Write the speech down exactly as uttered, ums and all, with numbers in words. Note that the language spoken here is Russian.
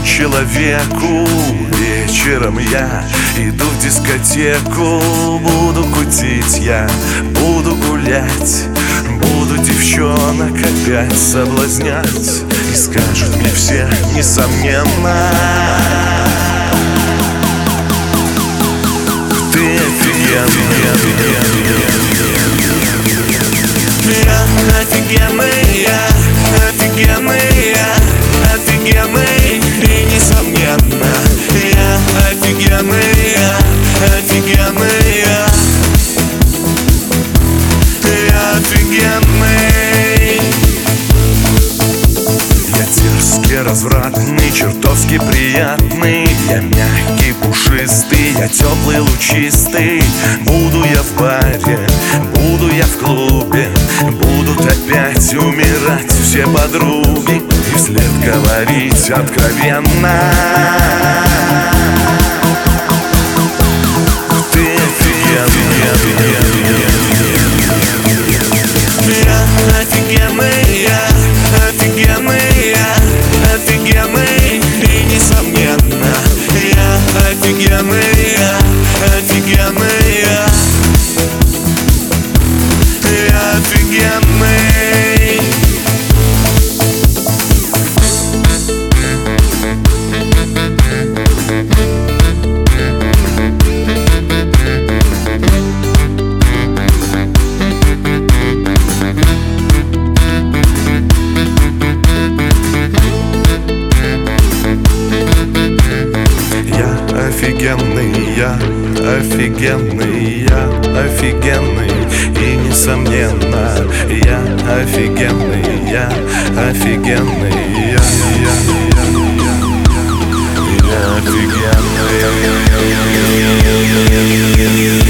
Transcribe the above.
человеку. Вечером я иду в дискотеку. Буду кутить я, буду гулять, буду девчонок опять соблазнять. И скажут мне все, несомненно: ты офигенный. Я офигенный, я офигенный, я офигенный. И несомненно, я офигенный, я офигенный, я, я офигенный. Я дерзкий, развратный, чертовски приятный. Я мягкий, пушистый, я теплый, лучистый. Буду я в баре, буду я в клубе, будут опять умирать все подруги. И вслед говорить откровенно: ты офигенный. Я офигенный, я офигенный, я офигенный. И несомненно, я офигенный, я офигенный, я, я офигенный. Офигенный, я офигенный, я офигенный. И несомненно, я офигенный, я офигенный, я, я, я, я, я офигенный.